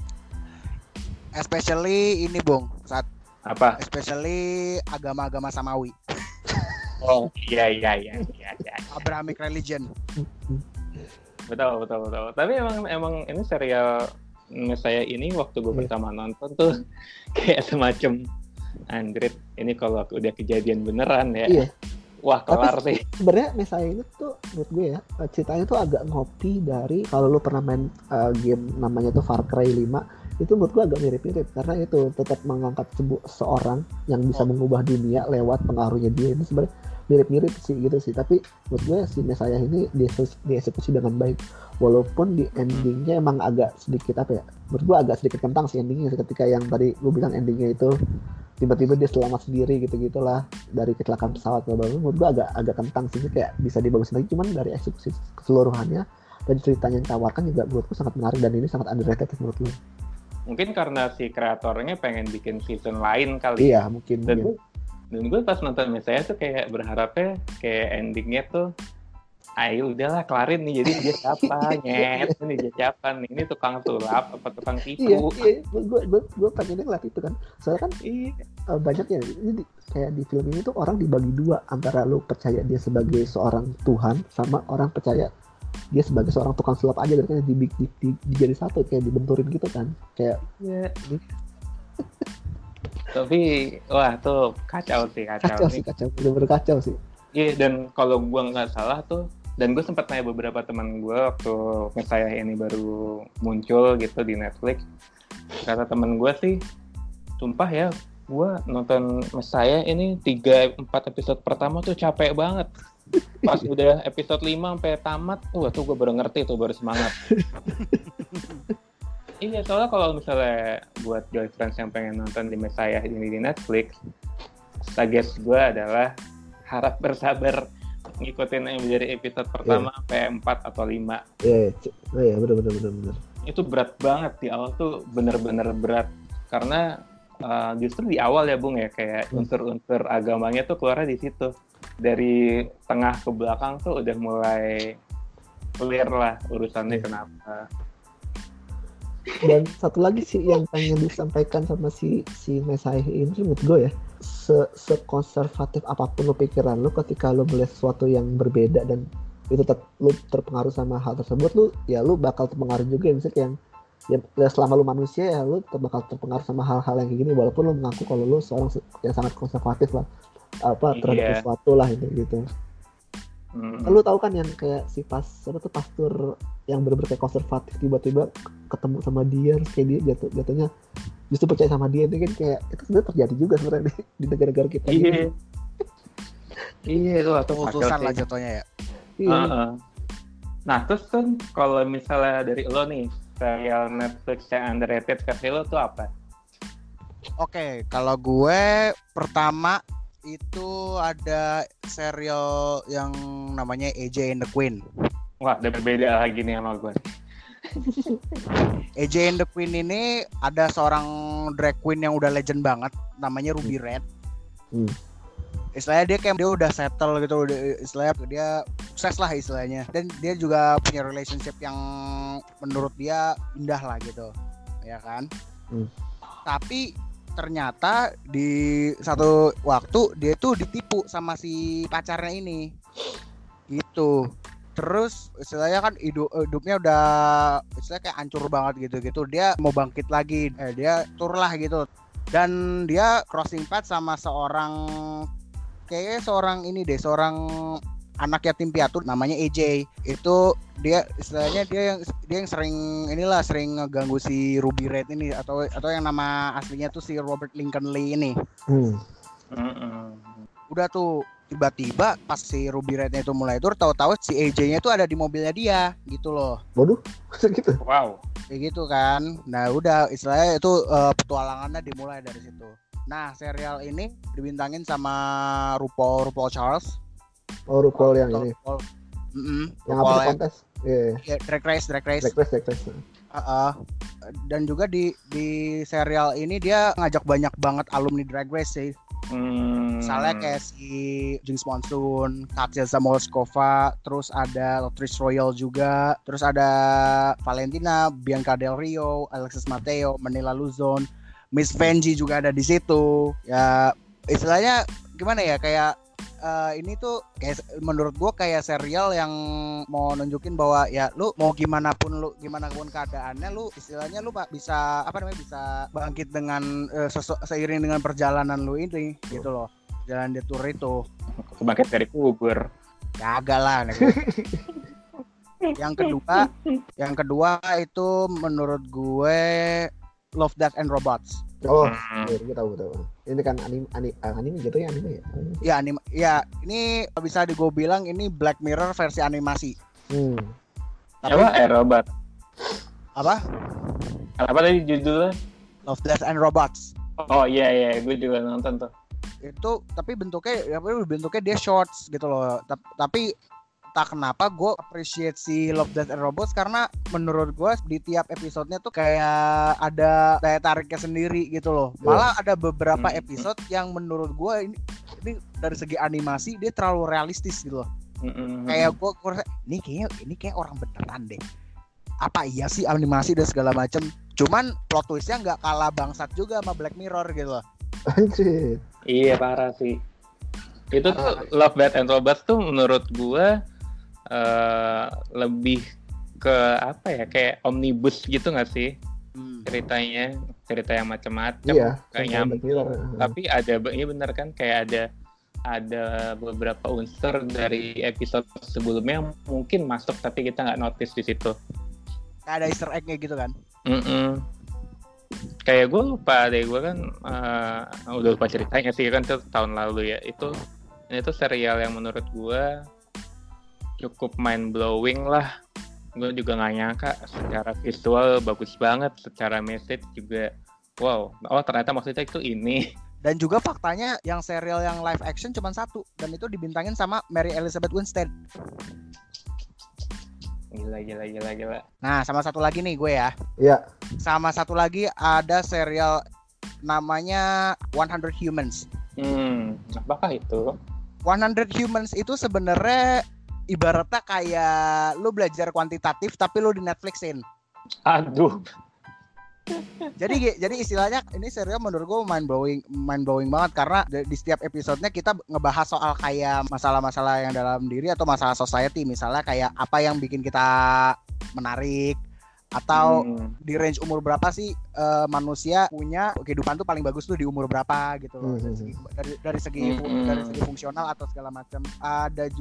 Especially ini Bung, saat Apa? especially agama-agama Samawi. Oh iya. Abrahamic religion. Betul. Tapi emang ini serial saya ini waktu gue pertama nonton tuh kayak semacam Android ini kalau udah kejadian beneran ya. Iya. Wah kelar sih. Sebenarnya Messiah ini tuh menurut gue ya ceritanya tuh agak ngopi dari kalau lu pernah main game namanya tuh Far Cry 5 itu menurut gue agak mirip-mirip karena itu tetap mengangkat seorang yang bisa mengubah dunia lewat pengaruhnya dia. Ini sebenarnya mirip-mirip sih gitu sih, tapi menurut gue si Messiah ini dieksekusi dengan baik walaupun di endingnya emang agak sedikit apa ya, menurut gue agak sedikit kentang sih endingnya ketika yang tadi lu bilang endingnya itu tiba-tiba dia selamat sendiri gitu-gitulah dari kecelakaan pesawat. Menurut gue agak kentang sih, kayak bisa dibagusin lagi, cuman dari eksekusi keseluruhannya dan ceritanya yang ditawarkan juga menurut gue sangat menarik dan ini sangat underrated menurut gue. Mungkin karena si kreatornya pengen bikin season lain kali. Iya mungkin. Dan gue pas nonton Messiah tuh kayak berharapnya kayak endingnya tuh ayo udahlah kelarin nih, jadi dia siapa nyet ini dia siapa nih, ini tukang sulap apa tukang tipu. Iya gue pengennya ngeliat itu kan, soalnya kan banyak ya ini kayak di film ini tuh orang dibagi dua antara lu percaya dia sebagai seorang Tuhan sama orang percaya dia sebagai seorang tukang sulap aja, kan dijadi satu kayak dibenturin gitu kan kayak Tapi wah tuh kacau sih. Bener-bener kacau sih. Iya, dan kalau gue nggak salah tuh, dan gue sempat nanya beberapa teman gue waktu Messiah ini baru muncul gitu di Netflix, kata teman gue sih, sumpah ya, gue nonton Messiah ini 3-4 episode pertama tuh capek banget. Pas udah episode 5 sampai tamat, tuh gue baru ngerti tuh, baru semangat. Iya, soalnya kalau misalnya buat girlfriends yang pengen nonton di Messiah ini di Netflix, suggest gue adalah harap bersabar ngikutin yang dari episode pertama sampai 4 atau 5. Iya, bener. Itu berat banget di awal tuh, bener-bener berat. Karena justru di awal ya Bung ya, kayak unsur-unsur agamanya tuh keluarnya di situ. Dari tengah ke belakang tuh udah mulai clear lah urusannya kenapa. Dan satu lagi sih yang pengen disampaikan sama si Messiah ini menurut gue ya, sekonservatif apapun lo pikiran lo, ketika lo melihat sesuatu yang berbeda dan itu lo terpengaruh sama hal tersebut, lo bakal terpengaruh juga. Misalnya yang selama lo manusia ya lo bakal terpengaruh sama hal-hal yang kayak gini walaupun lo mengaku kalau lo seorang yang sangat konservatif lah terhadap sesuatu lah gitu. Lo tahu kan yang kayak si pastor yang bener-bener kayak konservatif tiba-tiba ketemu sama dia terus kayak dia jatuhnya justru percaya sama dia, itu kan kayak itu sebenarnya terjadi juga sebenarnya di negara-negara kita. Iya itu atau keputusan lah jatuhnya ya. Nah terus kan kalau misalnya dari lo nih, serial Netflix yang underrated versi lo tuh apa? Oke, kalau gue pertama itu ada serial yang namanya AJ and the Queen. Wah, udah berbeda lagi nih sama gue. AJ and the Queen ini ada seorang drag queen yang udah legend banget, namanya Ruby Red. Istilahnya dia udah settle gitu, istilahnya dia sukses lah istilahnya. Dan dia juga punya relationship yang menurut dia indah lah gitu, ya kan? Tapi ternyata di satu waktu dia tuh ditipu sama si pacarnya ini gitu. Terus istilahnya kan hidupnya udah istilahnya kayak hancur banget gitu. Dia mau bangkit lagi, dia tur lah gitu. Dan dia crossing path sama seorang anak yatim piatu namanya AJ. Itu dia istilahnya dia yang sering ngeganggu si Ruby Red ini atau yang nama aslinya tuh si Robert Lincoln Lee ini. Udah tuh tiba-tiba pas si Ruby Red-nya itu mulai tur, tahu-tahu si AJ-nya tuh ada di mobilnya dia gitu loh. Waduh, gitu. Wow. Kayak gitu kan. Nah, udah istilahnya itu petualangannya dimulai dari situ. Nah, serial ini dibintangin sama RuPaul Charles. Oh, RuPaul yang ini. Yang apa kontes? Drag Race. Dan juga di serial ini dia ngajak banyak banget alumni Drag Race sih. Misalnya kayak si Jinx Monsoon, Katya Zamolskova, terus ada Trish Royal juga, terus ada Valentina, Bianca Del Rio, Alexis Mateo, Manila Luzon, Miss Venji juga ada di situ. Ya istilahnya gimana ya, kayak ini tuh kayak menurut gua kayak serial yang mau nunjukin bahwa ya lu mau gimana pun keadaannya, lu istilahnya lu bisa bisa bangkit dengan seiring dengan perjalanan lu ini gitu loh, jalan di tour itu. Bangkit dari kubur. Kagak lah. Yang kedua itu menurut gue Love, Death and Robots. Oh, gue tahu. Ini kan anime gitu ya, anime ya. Ya anime. Ya, ini bisa gue bilang ini Black Mirror versi animasi. Tapi robot. Apa? Apa tadi judulnya? Love, Death and Robots. Oh iya, gue juga nonton tuh. Itu tapi bentuknya dia shorts gitu loh. Tapi tak kenapa gue appreciate si Love, Death and Robots karena menurut gue di tiap episodenya tuh kayak ada daya tariknya sendiri gitu loh. Malah ada beberapa episode yang menurut gue ini dari segi animasi dia terlalu realistis gitu loh. Kayak gue ini kayak orang beneran deh. Apa iya sih animasi dan segala macem. Cuman plot twistnya nggak kalah bangsat juga sama Black Mirror gitu loh. Anjir. Iya parah sih. Itu tuh Love, Death and Robots tuh menurut gue lebih ke apa ya, kayak omnibus gitu nggak sih ceritanya, cerita yang macam-macam kayaknya. Tapi ini benar kan, kayak ada beberapa unsur dari episode sebelumnya yang mungkin masuk tapi kita nggak notice di situ. Kayak ada Easter egg-nya gitu kan. Kayak gue lupa deh, gue kan udah lupa ceritanya sih kan, itu tahun lalu ya. Ini tuh serial yang menurut gue cukup mind blowing lah. Gue juga nggak nyangka secara visual bagus banget, secara message juga wow. Oh ternyata maksudnya itu ini. Dan juga faktanya yang serial yang live action cuma satu, dan itu dibintangin sama Mary Elizabeth Winstead. Gila. Nah sama satu lagi nih gue ya. Iya. Sama satu lagi ada serial namanya 100 Humans. Apakah itu? 100 Humans itu sebenarnya ibaratnya kayak lu belajar kuantitatif tapi lu di Netflixin. Aduh. Jadi istilahnya ini serial menurut gue mind blowing banget karena di setiap episodenya kita ngebahas soal kayak masalah-masalah yang dalam diri atau masalah society, misalnya kayak apa yang bikin kita menarik atau di range umur berapa sih manusia punya kehidupan tuh paling bagus tuh di umur berapa gitu loh. Dari segi fungsional atau segala macam. Ada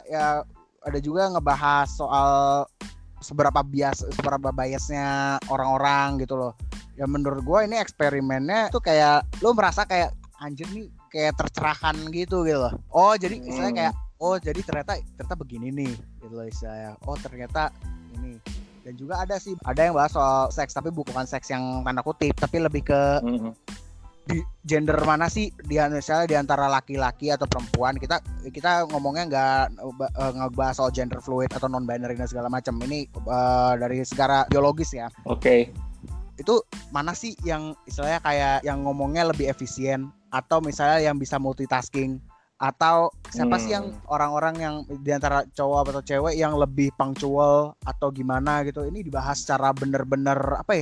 juga ngebahas soal seberapa biasnya orang-orang gitu loh. Ya menurut gue ini eksperimennya tuh kayak lo merasa kayak anjir nih kayak tercerahkan gitu loh. Oh jadi istilahnya kayak jadi ternyata begini nih gitu loh istilahnya. Oh ternyata ini. Dan juga ada yang bahas soal seks, tapi bukan seks yang tanda kutip, tapi lebih ke di gender mana sih misalnya di antara laki-laki atau perempuan. Kita ngomongnya nggak bahas soal gender fluid atau non binary dan segala macam. Ini dari segala biologis ya. Oke. Itu mana sih yang istilahnya kayak yang ngomongnya lebih efisien atau misalnya yang bisa multitasking, atau siapa sih yang orang-orang yang di antara cowok atau cewek yang lebih punctual atau gimana gitu. Ini dibahas secara bener-bener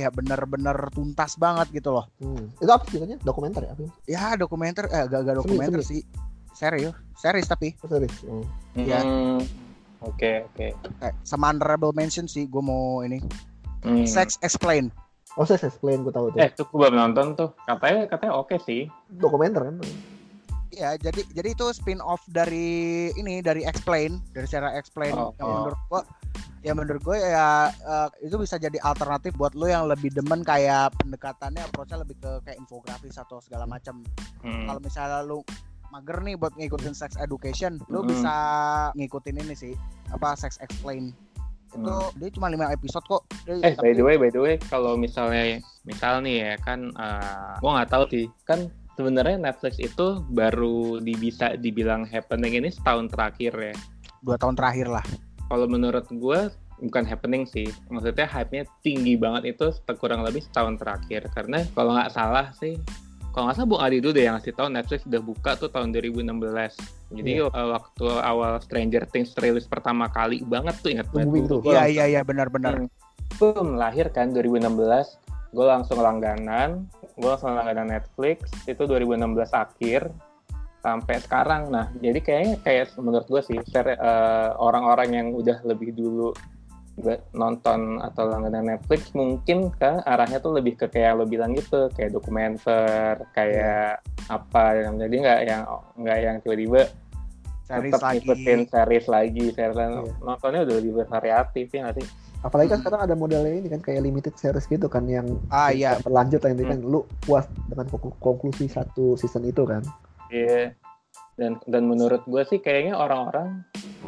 tuntas banget gitu loh. Itu apa ceritanya? Dokumenter ya? Ya dokumenter, gak dokumenter sih. Series tapi. Series. Ya. Oke. Sama honorable mention sih gue mau ini. Sex Explain. Oh, Sex Explain gue tahu tuh. Itu gue belum nonton tuh. Katanya oke sih. Dokumenter kan. Ya, jadi itu spin-off dari Explain, dari secara Explain. Yang menurut gue ya itu bisa jadi alternatif buat lo yang lebih demen kayak pendekatannya, approach-nya lebih ke kayak infografis atau segala macam. Kalau misalnya lo mager nih buat ngikutin sex education, lo bisa ngikutin ini sih, Sex Explain. Itu dia cuma 5 episode kok. By the way, kalau misal nih ya kan, gue nggak tahu sih kan. Sebenarnya Netflix itu baru bisa dibilang happening ini setahun terakhir ya. 2 tahun terakhir lah. kalau menurut gue bukan happening sih, maksudnya hype-nya tinggi banget itu kurang lebih setahun terakhir, karena kalau nggak salah Bung Adi dulu deh yang ngasih tahu Netflix udah buka tuh tahun 2016. Jadi waktu awal Stranger Things rilis pertama kali banget tuh, ingat banget tuh. Iya benar-benar. Boom, lahir kan 2016. Gue langsung langganan Netflix itu 2016 akhir sampai sekarang. Nah, jadi kayak menurut gue sih orang-orang yang udah lebih dulu nonton atau langganan Netflix mungkin ke arahnya tuh lebih ke kayak lo bilang gitu, kayak dokumenter, kayak apa, jadi nggak yang tiba-tiba tetap ngikutin series lagi. Nontonnya udah lebih bervariatif ya nggak sih? Apalagi kan sekarang ada modelnya ini kan kayak limited series gitu kan yang berlanjut yang kan lu puas dengan konklusi satu season itu kan. Iya. Dan menurut gue sih kayaknya orang-orang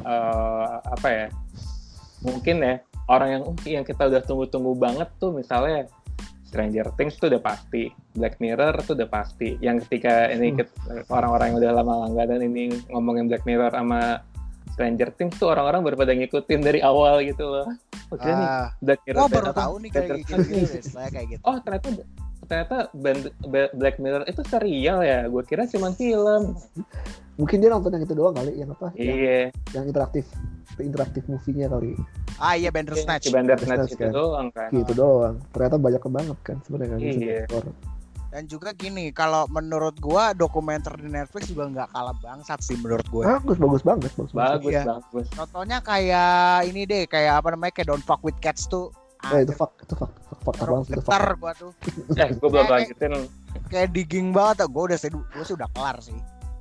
mungkin ya orang yang kita udah tunggu-tunggu banget tuh, misalnya Stranger Things tuh udah pasti, Black Mirror tuh udah pasti. Yang ketika ini orang-orang yang udah lama langganan ini ngomongin Black Mirror sama Stranger Things tuh orang-orang baru pada ngikutin dari awal gitu loh. Nih Black Mirror. Baru tahu nih kayak gitu. Saya kayak gitu. Oh ternyata Black Mirror itu serial ya. Gue kira cuma film. Mungkin dia nonton yang itu doang kali, yang apa? Iya. Yang interaktif movie-nya kali. Iya, Bandersnatch. Bandersnatch itu doang kan. Gitu doang. Ternyata banyak banget kan sebenarnya. Iya. Dan juga gini, kalau menurut gua dokumenter di Netflix juga nggak kalah bangsat sih menurut gua. Bagus banget. Bagus. Contohnya kayak ini deh, kayak apa namanya, kayak Don't Fuck with Cats tuh. Itu fuck banget. Getar gua tuh. Gua belum lanjutin. Kayak digging banget, gua sih udah kelar sih.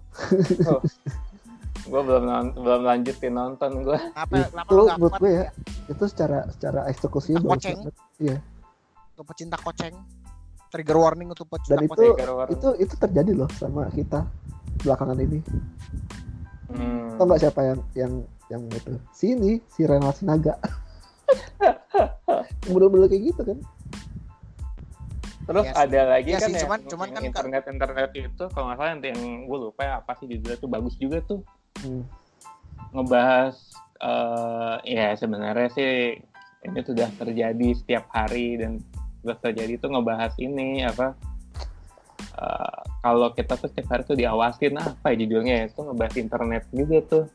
Gue belum lanjutin nonton gue. Itu menurut gue ya, itu secara eksekusi bagus banget. Iya. Untuk pecinta koceng, trigger warning untuk pecinta koceng. Dan itu terjadi loh sama kita belakangan ini. Tau nggak siapa yang itu? Si Renal Sinaga. Bener-bener kayak gitu kan. Terus ada lagi kan sih, cuman kan internet itu kalau nggak salah yang gue lupa ya apa sih judulnya tuh, bagus juga tuh. Ngebahas ya sebenarnya sih ini sudah terjadi setiap hari dan sudah terjadi tuh, ngebahas ini apa kalau kita tuh setiap hari tuh diawasin, apa ya judulnya, itu ngebahas internet juga tuh,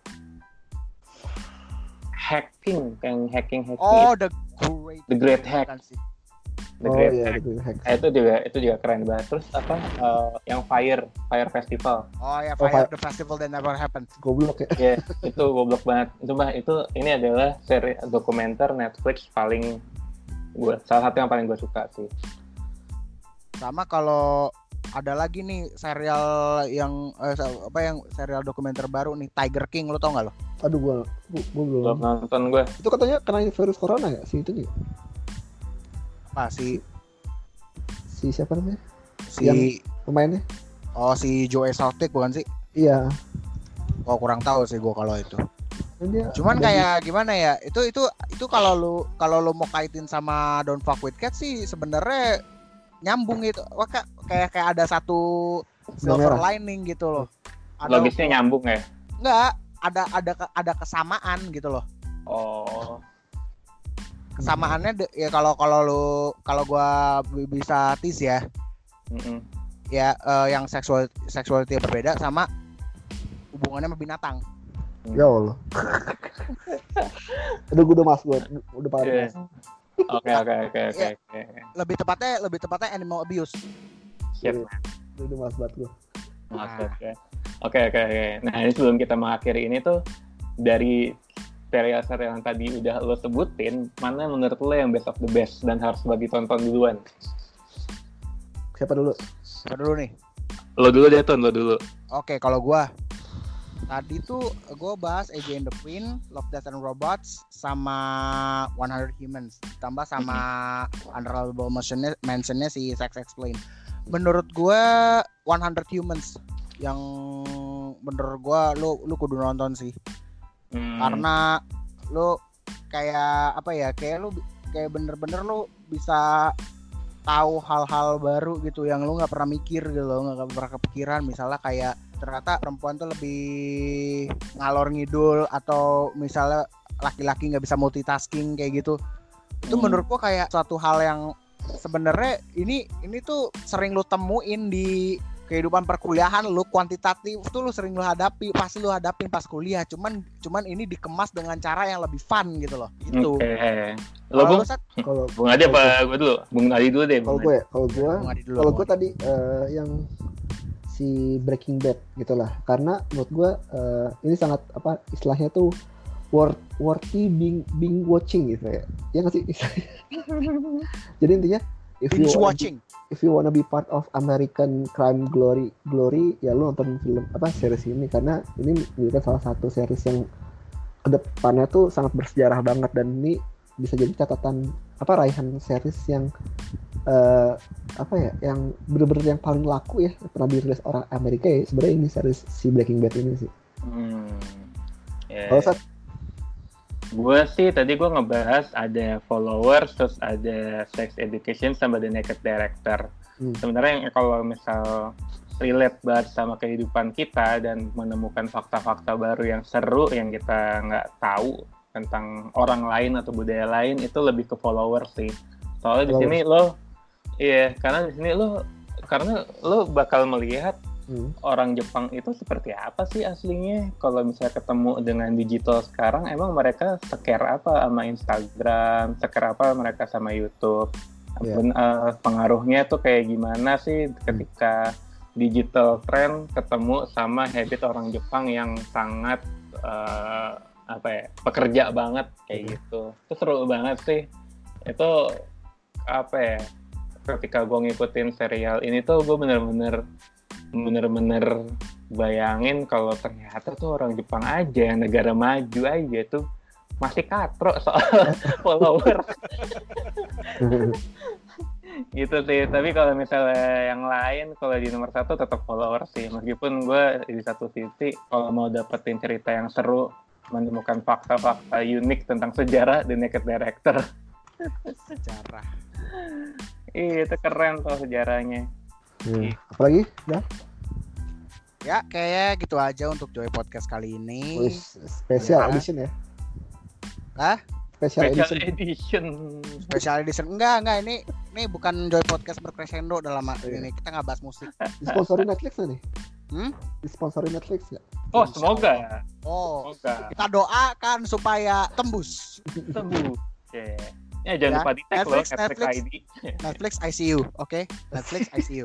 hacking. Oh, The Great Hack. The Great Hack. Itu juga keren banget. Terus apa yang Fire Festival. Oh ya, Fire the Festival that never happened. Goblok ya. Iya, itu goblok banget. Ini adalah seri dokumenter Netflix salah satu yang paling gue suka sih. Sama kalau ada lagi nih serial yang serial dokumenter baru nih, Tiger King, lo tau nggak lo? Aduh, gue belum nonton gue. Itu katanya karena virus corona ya si itu nih. Apa si siapa namanya? Si pemainnya? Oh, si Joe Exotic bukan sih? Iya. Oh, kurang tahu sih gue kalau itu. Dia cuman kayak gimana ya? Itu kalau lu mau kaitin sama Don't Fuck with Cats sih sebenarnya nyambung gitu. Wah, kayak ada satu silver lining gitu loh. Logisnya nyambung ya? Enggak, ada kesamaan gitu loh. Oh. Kesamaannya ya kalau gua bisa tease ya. Ya yang sexuality berbeda sama hubungannya sama binatang. Ya Allah. udah mas gue udah parah. Oke. Lebih tepatnya animal abuse. Siap. Udah mas banget gue. Oke. Nah, ini sebelum kita mengakhiri ini tuh, dari serial-serial yang tadi udah lo sebutin, mana menurut lo yang best of the best dan harus ditonton duluan? Siapa dulu nih? Lo dulu deh, Ton, lo dulu. Oke, kalau gua tadi tuh gue bahas AJ and the Queen, Love, Death and Robots, sama 100 Humans, tambah sama honorable mentionnya si Sex Explain. Menurut gue 100 Humans yang menurut gue lu kudu nonton sih. Karena lu kayak apa ya, kayak bener-bener lu bisa tahu hal-hal baru gitu yang lu nggak pernah mikir gitu, nggak pernah kepikiran. Misalnya kayak ternyata perempuan tuh lebih ngalor ngidul, atau misalnya laki-laki nggak bisa multitasking kayak gitu. Itu menurut gua kayak suatu hal yang sebenarnya ini tuh sering lu temuin di kehidupan perkuliahan lu, kuantitatif tuh lu sering lu hadapi, pasti lu hadapin pas kuliah. Cuman ini dikemas dengan cara yang lebih fun gitu loh. Gitu. Lo Bung? Kalau Bung Adi apa gue dulu? Bung Adi dulu deh. Kalau gue tadi yang si Breaking Bad gitulah. Karena menurut gue ini sangat apa istilahnya tuh worthy being watching gitu ya. Ya nggak sih? Jadi intinya binge watching. If you wanna be part of American crime glory, ya lu nonton film series ini, karena ini menjadi salah satu series yang kedepannya tuh sangat bersejarah banget, dan ini bisa jadi catatan raihan series yang yang bener-bener yang paling laku ya pernah dirilis orang Amerika ya. Sebenarnya ini series si Breaking Bad ini sih. Kalau gue sih tadi gue ngebahas ada Followers, terus ada Sex Education sama The Naked Director. Sebenarnya yang kalau misal relate banget sama kehidupan kita dan menemukan fakta-fakta baru yang seru yang kita nggak tahu tentang orang lain atau budaya lain, itu lebih ke Followers sih. Soalnya di sini karena di sini lo bakal melihat orang Jepang itu seperti apa sih aslinya. Kalau misalnya ketemu dengan digital sekarang, emang mereka care apa sama Instagram, care apa mereka sama YouTube, pengaruhnya tuh kayak gimana sih ketika digital trend ketemu sama habit orang Jepang yang sangat pekerja banget kayak gitu. Itu seru banget sih. Itu ketika gue ngikutin serial ini tuh gue bener-bener bayangin kalau ternyata tuh orang Jepang aja, negara maju aja tuh masih katrok soal follower. Gitu sih. Tapi kalau misalnya yang lain, kalau di nomor 1 tetap follower sih. Meskipun gue di satu sisi kalau mau dapetin cerita yang seru, menemukan fakta-fakta unik tentang sejarah, The Naked Director. Sejarah. Itu keren tuh sejarahnya. Apalagi? Ya, kayak gitu aja untuk Joy Podcast kali ini. Special edition ya? Hah? Special edition. Enggak, ini bukan Joy Podcast bercrescendo dalam ini. Kita nggak bahas musik. Disponsori Netflix nih? Disponsori Netflix ya? Oh, semoga. Semoga. Kita doakan supaya tembus. Yeah. Ya jangan lupa di tag loh Netflix ID. Netflix ICU, oke? Netflix ICU.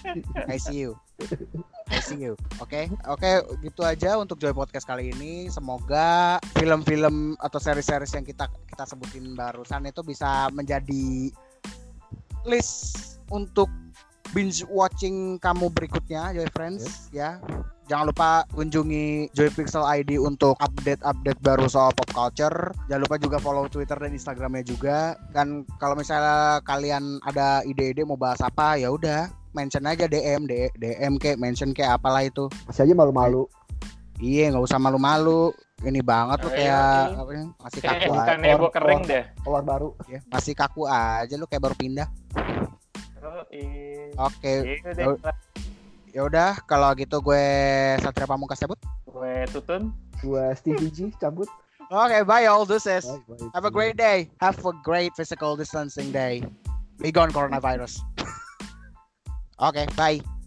Oke, gitu aja untuk Joy Podcast kali ini. Semoga film-film atau seri-series yang kita sebutin barusan itu bisa menjadi list untuk binge watching kamu berikutnya, Joy Friends, ya. Jangan lupa kunjungi Joy Pixel ID untuk update baru soal pop culture. Jangan lupa juga follow Twitter dan Instagramnya juga. Dan kalau misalnya kalian ada ide-ide mau bahas apa, ya udah mention aja DM kayak mention kayak apalah itu. Masih aja malu-malu. Iya, nggak usah malu-malu. Ini banget lu kayak masih kaku aja. Bukan kering deh. Keluar baru. Ya, masih kaku aja lu kayak baru pindah. Oke. Ya udah, kalau gitu gue Satria Pamungkas cabut. Gue Tutun. Gue Stevie G cabut. Okay, bye all. This is. Bye. Have a great day. Have a great physical distancing day. Be gone coronavirus. Okay, bye.